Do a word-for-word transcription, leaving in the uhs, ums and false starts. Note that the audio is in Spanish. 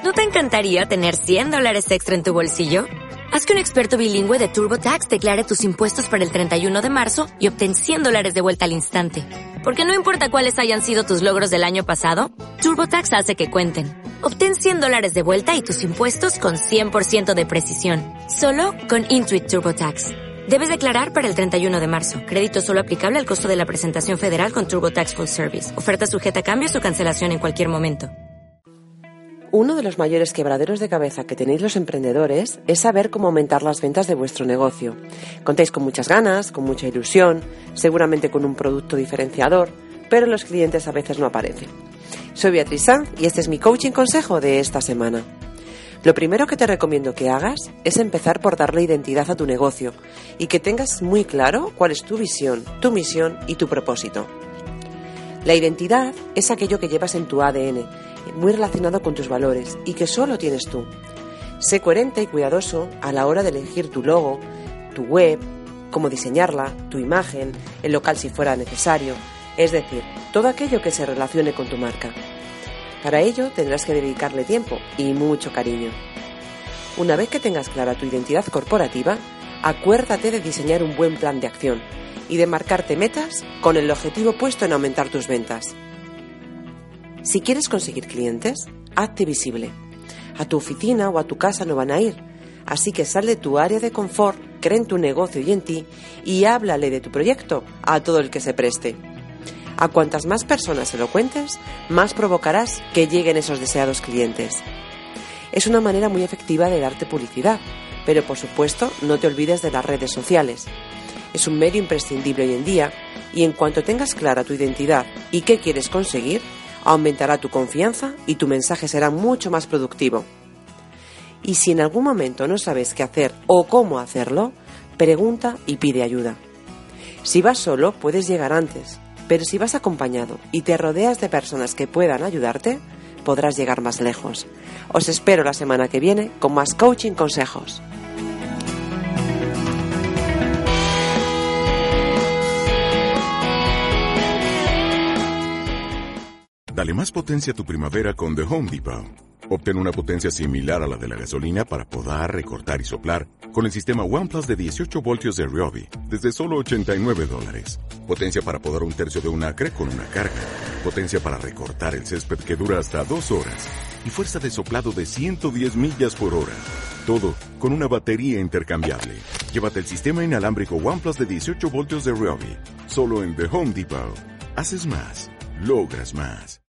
¿No te encantaría tener cien dólares extra en tu bolsillo? Haz que un experto bilingüe de TurboTax declare tus impuestos para el treinta y uno de marzo y obtén cien dólares de vuelta al instante. Porque no importa cuáles hayan sido tus logros del año pasado, TurboTax hace que cuenten. Obtén cien dólares de vuelta y tus impuestos con cien por ciento de precisión. Solo con Intuit TurboTax. Debes declarar para el treinta y uno de marzo. Crédito solo aplicable al costo de la presentación federal con TurboTax Full Service. Oferta sujeta a cambios o cancelación en cualquier momento. Uno de los mayores quebraderos de cabeza que tenéis los emprendedores es saber cómo aumentar las ventas de vuestro negocio. Contáis con muchas ganas, con mucha ilusión, seguramente con un producto diferenciador, pero los clientes a veces no aparecen. Soy Beatriz Sanz y este es mi coaching consejo de esta semana. Lo primero que te recomiendo que hagas es empezar por darle identidad a tu negocio y que tengas muy claro cuál es tu visión, tu misión y tu propósito. La identidad es aquello que llevas en tu A D N, muy relacionado con tus valores y que solo tienes tú. Sé coherente y cuidadoso a la hora de elegir tu logo, tu web, cómo diseñarla, tu imagen, el local si fuera necesario, es decir, todo aquello que se relacione con tu marca. Para ello tendrás que dedicarle tiempo y mucho cariño. Una vez que tengas clara tu identidad corporativa, acuérdate de diseñar un buen plan de acción y de marcarte metas con el objetivo puesto en aumentar tus ventas. Si quieres conseguir clientes, hazte visible. A tu oficina o a tu casa no van a ir, así que sal de tu área de confort, cree en tu negocio y en ti y háblale de tu proyecto a todo el que se preste. A cuantas más personas se lo cuentes, más provocarás que lleguen esos deseados clientes. Es una manera muy efectiva de darte publicidad, pero por supuesto no te olvides de las redes sociales. Es un medio imprescindible hoy en día y en cuanto tengas clara tu identidad y qué quieres conseguir, aumentará tu confianza y tu mensaje será mucho más productivo. Y si en algún momento no sabes qué hacer o cómo hacerlo, pregunta y pide ayuda. Si vas solo, puedes llegar antes, pero si vas acompañado y te rodeas de personas que puedan ayudarte, podrás llegar más lejos. Os espero la semana que viene con más coaching consejos. Dale más potencia a tu primavera con The Home Depot. Obtén una potencia similar a la de la gasolina para podar, recortar y soplar con el sistema OnePlus de dieciocho voltios de Ryobi desde solo ochenta y nueve dólares. Potencia para podar un tercio de un acre con una carga. Potencia para recortar el césped que dura hasta dos horas. Y fuerza de soplado de ciento diez millas por hora. Todo con una batería intercambiable. Llévate el sistema inalámbrico OnePlus de dieciocho voltios de Ryobi. Solo en The Home Depot. Haces más. Logras más.